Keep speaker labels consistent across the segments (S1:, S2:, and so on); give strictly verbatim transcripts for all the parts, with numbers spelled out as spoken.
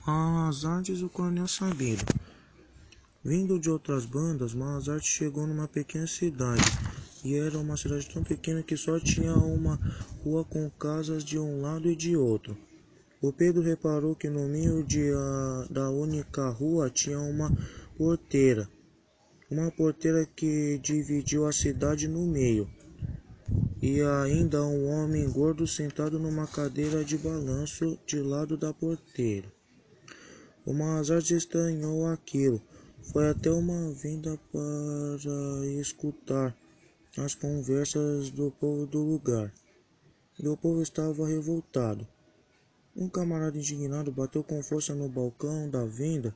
S1: Malazarte e o Coronel Sabido. Vindo de outras bandas, Malazarte chegou numa pequena cidade, e era uma cidade tão pequena que só tinha uma rua com casas de um lado e de outro. O Pedro reparou que no meio de a, da única rua tinha uma porteira, uma porteira que dividiu a cidade no meio, e ainda um homem gordo sentado numa cadeira de balanço de lado da porteira. O Malazarte estranhou aquilo. Foi até uma venda para escutar as conversas do povo do lugar. E o povo estava revoltado. Um camarada indignado bateu com força no balcão da venda.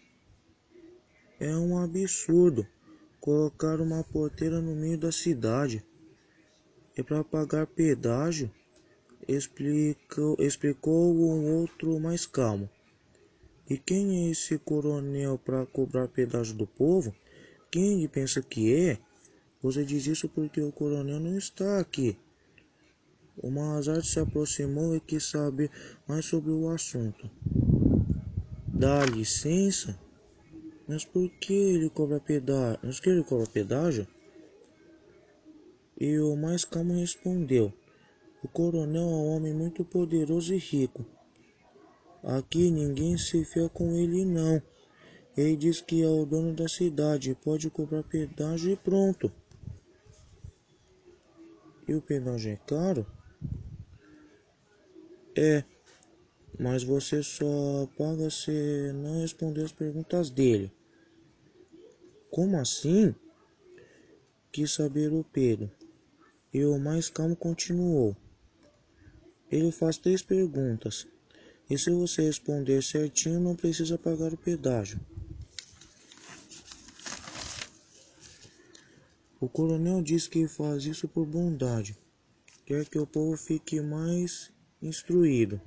S1: É um absurdo colocar uma porteira no meio da cidade. É para pagar pedágio, explicou, explicou um outro mais calmo. E quem é esse coronel para cobrar pedágio do povo? Quem ele pensa que é? Você diz isso porque o coronel não está aqui. O Malazarte se aproximou e quis saber mais sobre o assunto. Dá licença? Mas por que ele cobra pedágio? Mas por que ele cobra pedágio? E o mais calmo respondeu. O coronel é um homem muito poderoso e rico. Aqui ninguém se fia com ele não. Ele diz que é o dono da cidade, pode cobrar pedágio e pronto. E o pedágio é caro? É, mas você só paga se não responder as perguntas dele. Como assim? Quis saber o Pedro. E o mais calmo continuou. Ele faz três perguntas. E se você responder certinho, não precisa pagar o pedágio. O coronel diz que faz isso por bondade. Quer que o povo fique mais instruído.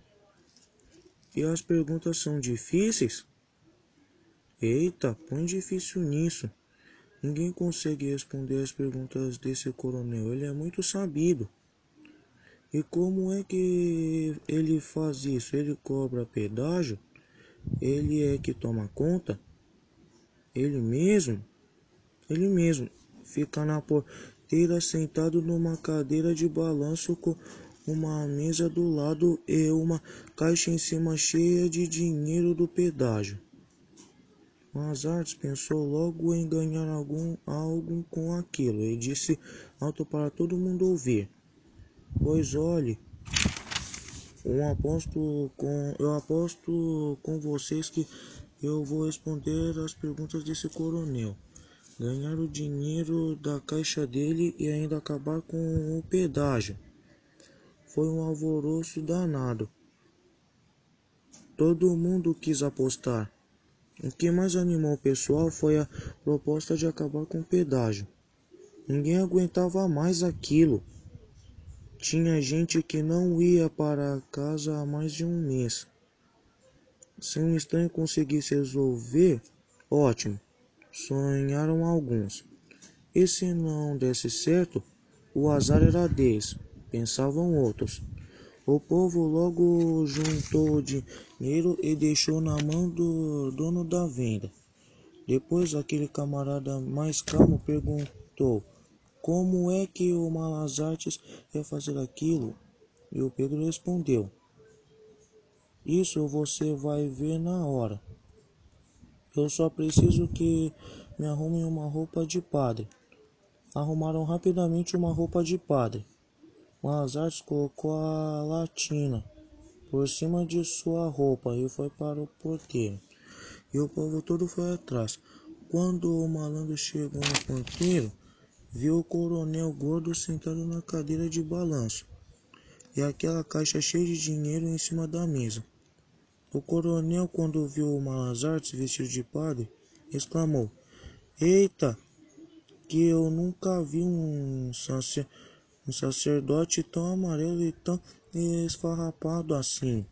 S1: E as perguntas são difíceis? Eita, põe difícil nisso. Ninguém consegue responder as perguntas desse coronel. Ele é muito sabido. E como é que ele faz isso? Ele cobra pedágio? Ele é que toma conta? Ele mesmo? Ele mesmo. Fica na porteira sentado numa cadeira de balanço com uma mesa do lado e uma caixa em cima cheia de dinheiro do pedágio. Malazarte pensou logo em ganhar algum algo com aquilo e disse alto para todo mundo ouvir. Pois olhe, um aposto com, eu aposto com vocês que eu vou responder as perguntas desse coronel, ganhar o dinheiro da caixa dele e ainda acabar com o pedágio. Foi um alvoroço danado. Todo mundo quis apostar. O que mais animou o pessoal foi a proposta de acabar com o pedágio. Ninguém aguentava mais aquilo. Tinha gente que não ia para casa há mais de um mês. Se um estranho conseguisse resolver, ótimo, sonharam alguns. E se não desse certo, o azar era deles, pensavam outros. O povo logo juntou o dinheiro e deixou na mão do dono da venda. Depois aquele camarada mais calmo perguntou como é que o Malazarte ia fazer aquilo, e o Pedro respondeu: isso você vai ver na hora. Eu só preciso que me arrumem uma roupa de padre. Arrumaram rapidamente uma roupa de padre. Malazarte colocou a latina por cima de sua roupa e foi para o porteiro. E o povo todo foi atrás. Quando o malandro chegou no porteiro, viu o coronel gordo sentado na cadeira de balanço e aquela caixa cheia de dinheiro em cima da mesa. O coronel, quando viu o Malazarte vestido de padre, exclamou: Eita, que eu nunca vi um, sacer, um sacerdote tão amarelo e tão esfarrapado assim.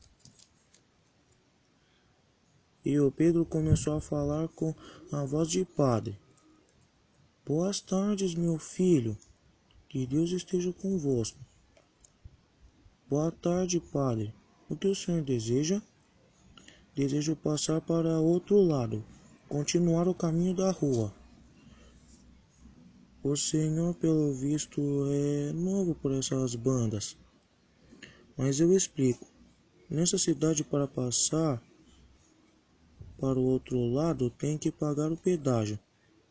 S1: E o Pedro começou a falar com a voz de padre. Boas tardes, meu filho. Que Deus esteja convosco. Boa tarde, padre. O que o senhor deseja? Desejo passar para outro lado, continuar o caminho da rua. O senhor, pelo visto, é novo por essas bandas. Mas eu explico. Nessa cidade, para passar para o outro lado, tem que pagar o pedágio.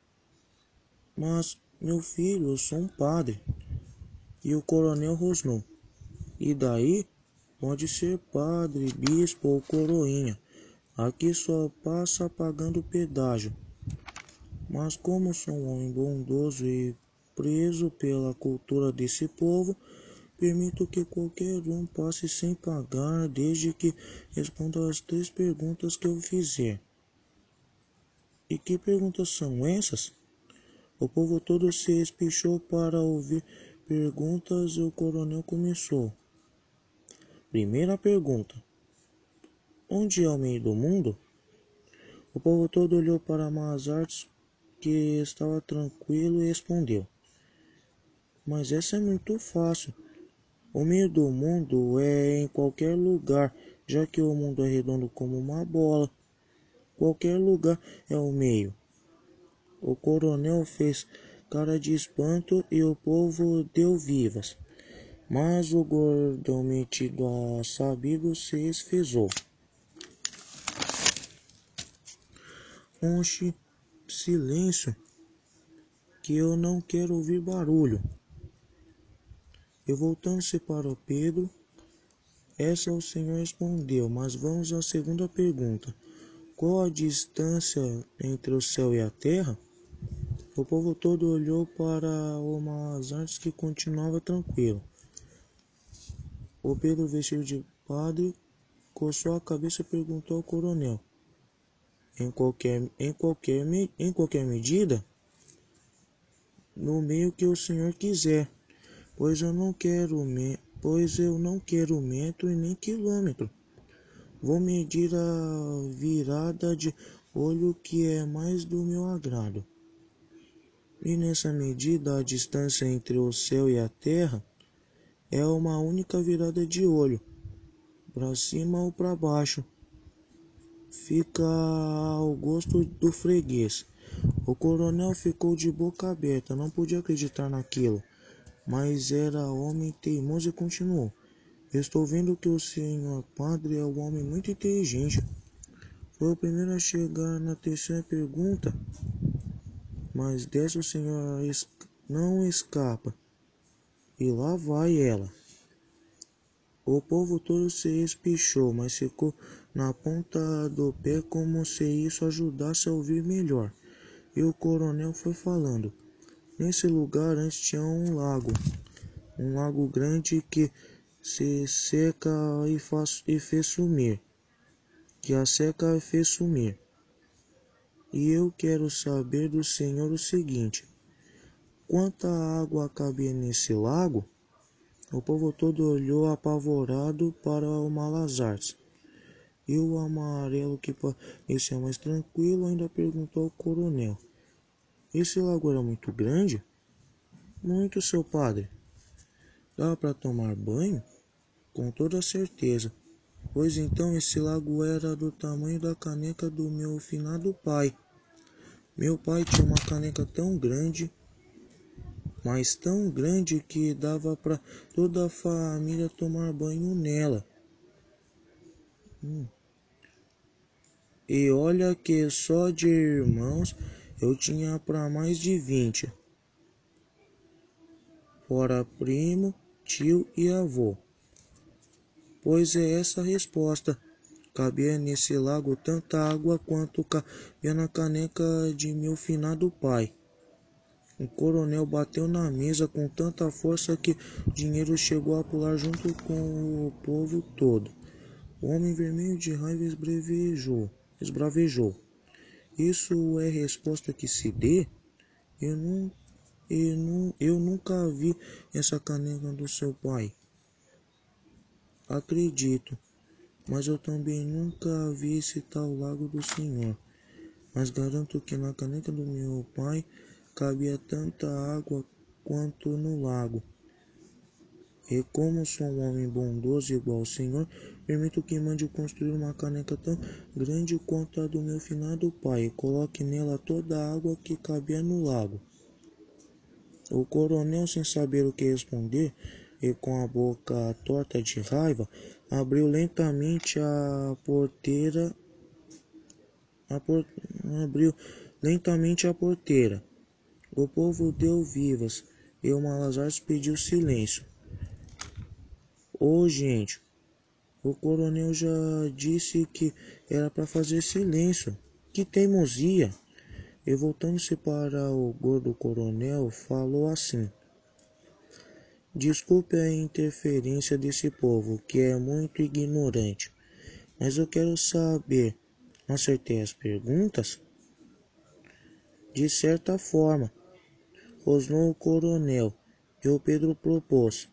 S1: Mas, meu filho, eu sou um padre. E o coronel rosnou. E daí? Pode ser padre, bispo ou coroinha. Aqui só passa pagando pedágio. Mas como sou um homem bondoso e preso pela cultura desse povo, permito que qualquer um passe sem pagar, desde que responda as três perguntas que eu fizer. E que perguntas são essas? O povo todo se espichou para ouvir perguntas e o coronel começou. Primeira pergunta: onde é o meio do mundo? O povo todo olhou para Mazartes, que estava tranquilo, e respondeu: mas essa é muito fácil. O meio do mundo é em qualquer lugar, já que o mundo é redondo como uma bola. Qualquer lugar é o meio. O coronel fez cara de espanto e o povo deu vivas. Mas o gordão metido a sabido se esfezou. Oxe, silêncio, que eu não quero ouvir barulho. E voltando-se para o Pedro, essa o senhor respondeu, mas vamos à segunda pergunta. Qual a distância entre o céu e a terra? O povo todo olhou para o Malazarte, que continuava tranquilo. O Pedro, vestido de padre, coçou a cabeça e perguntou ao coronel: Em qualquer, em qualquer, em qualquer medida? No meio que o senhor quiser, pois eu não quero, me, pois eu não quero metro e nem quilômetro. Vou medir a virada de olho, que é mais do meu agrado. E nessa medida, a distância entre o céu e a terra é uma única virada de olho, para cima ou para baixo. Fica ao gosto do freguês. O coronel ficou de boca aberta, não podia acreditar naquilo, mas era homem teimoso e continuou: estou vendo que o senhor padre é um homem muito inteligente. Foi o primeiro a chegar na terceira pergunta, mas dessa o senhor não escapa. E lá vai ela. O povo todo se espichou, mas ficou na ponta do pé como se isso ajudasse a ouvir melhor. E o coronel foi falando. Nesse lugar antes tinha um lago. Um lago grande que se seca e, faz, e fez sumir. Que a seca e fez sumir. E eu quero saber do senhor o seguinte: quanta água cabia nesse lago? O povo todo olhou apavorado para o Malazarte. E o amarelo, que parecia mais tranquilo, ainda perguntou ao coronel: esse lago era muito grande? Muito, seu padre. Dava para tomar banho? Com toda certeza. Pois então esse lago era do tamanho da caneca do meu finado pai. Meu pai tinha uma caneca tão grande, mas tão grande, que dava para toda a família tomar banho nela. Hum. E olha que só de irmãos eu tinha para mais de vinte, fora primo, tio e avô. Pois é essa a resposta. Cabia nesse lago tanta água quanto cabia na caneca de meu finado pai. O coronel bateu na mesa com tanta força que o dinheiro chegou a pular junto com o povo todo. O homem vermelho de raiva esbravejou. esbravejou. Isso é resposta que se dê? Eu, não, eu, não, eu nunca vi essa caneca do seu pai. Acredito. Mas eu também nunca vi esse tal lago do senhor. Mas garanto que na caneca do meu pai cabia tanta água quanto no lago. E como sou um homem bondoso igual ao senhor, Permito que mande construir uma caneca tão grande quanto a do meu finado pai e coloque nela toda a água que cabia no lago. O coronel, sem saber o que responder e com a boca torta de raiva, abriu lentamente a porteira. A por... abriu lentamente a porteira. O povo deu vivas e o Malazarte pediu silêncio. Ô, gente, o coronel já disse que era para fazer silêncio. Que teimosia! E voltando-se para o gordo coronel, falou assim: Desculpe a interferência desse povo, que é muito ignorante, mas eu quero saber, acertei as perguntas? De certa forma, rosnou o coronel, e o Pedro propôs: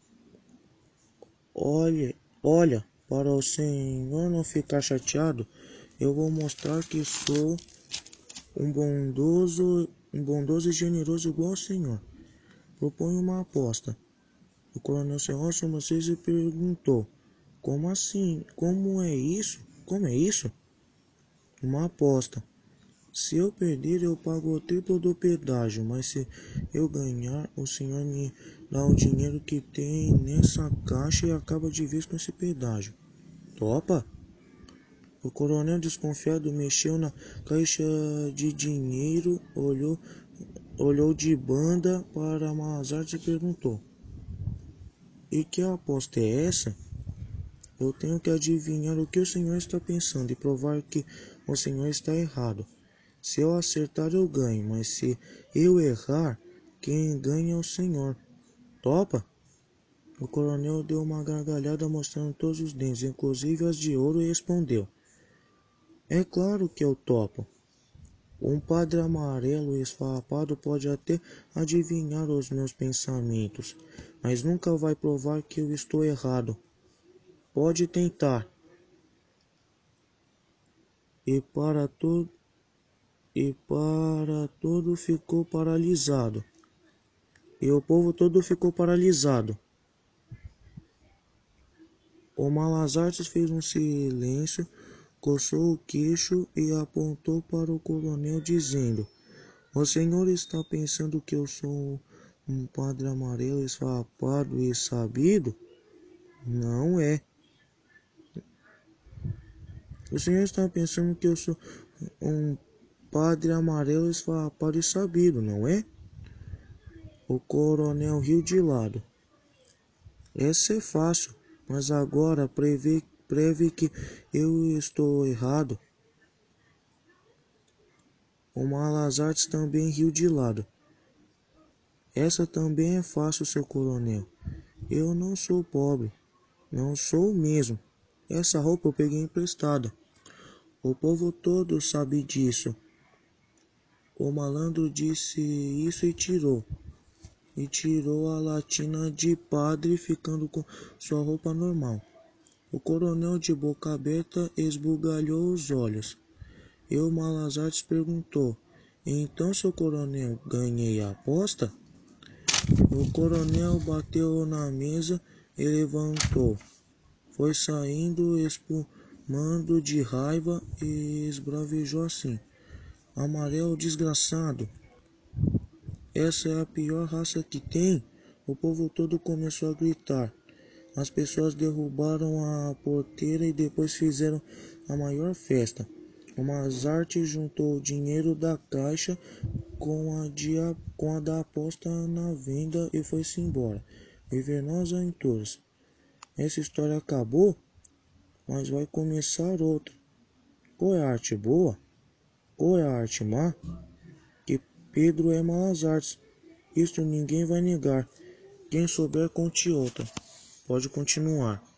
S1: Olha, olha, para o senhor não ficar chateado, eu vou mostrar que sou um bondoso, um bondoso e generoso igual ao senhor. Proponho uma aposta. O coronel cerrou as sobrancelhas e perguntou: Como assim? Como é isso? Como é isso? Uma aposta. Se eu perder, eu pago o triplo do pedágio, mas se eu ganhar, o senhor me dá o dinheiro que tem nessa caixa e acaba de vez com esse pedágio. Topa? O coronel, desconfiado, mexeu na caixa de dinheiro, olhou, olhou de banda para Malazarte e perguntou: E que aposta é essa? Eu tenho que adivinhar o que o senhor está pensando e provar que o senhor está errado. Se eu acertar, eu ganho, mas se eu errar, quem ganha é o senhor. Topa? O coronel deu uma gargalhada mostrando todos os dentes, inclusive as de ouro, e respondeu: É claro que eu topo. Um padre amarelo e esfarrapado pode até adivinhar os meus pensamentos, mas nunca vai provar que eu estou errado. Pode tentar. E para todo e para todo ficou paralisado. E o povo todo ficou paralisado. O Malazarte fez um silêncio, coçou o queixo e apontou para o coronel, dizendo: O senhor está pensando que eu sou um padre amarelo esfarrapado e sabido? Não é. O senhor está pensando que eu sou um padre amarelo esfarrapado e sabido, não é? O coronel riu de lado. Essa é fácil, mas agora preve, preve que eu estou errado. O Malazarte também riu de lado. Essa também é fácil, seu coronel. Eu não sou pobre. Não sou mesmo. Essa roupa eu peguei emprestada. O povo todo sabe disso. O malandro disse isso e tirou. E tirou a latina de padre, ficando com sua roupa normal. O coronel, de boca aberta, esbugalhou os olhos. E o Malazarte perguntou: Então, seu coronel, ganhei a aposta? O coronel bateu na mesa e levantou. Foi saindo, espumando de raiva, e esbravejou assim: Amarelo desgraçado! Essa é a pior raça que tem! O povo todo começou a gritar. As pessoas derrubaram a porteira e depois fizeram a maior festa. O Malazarte juntou o dinheiro da caixa com a, de, com a da aposta na venda e foi-se embora, viver novas aventuras. Essa história acabou, mas vai começar outra. Qual é a arte boa? Qual é a arte má? Que Pedro é Malazarte. Isto ninguém vai negar. Quem souber, conte outra. Pode continuar.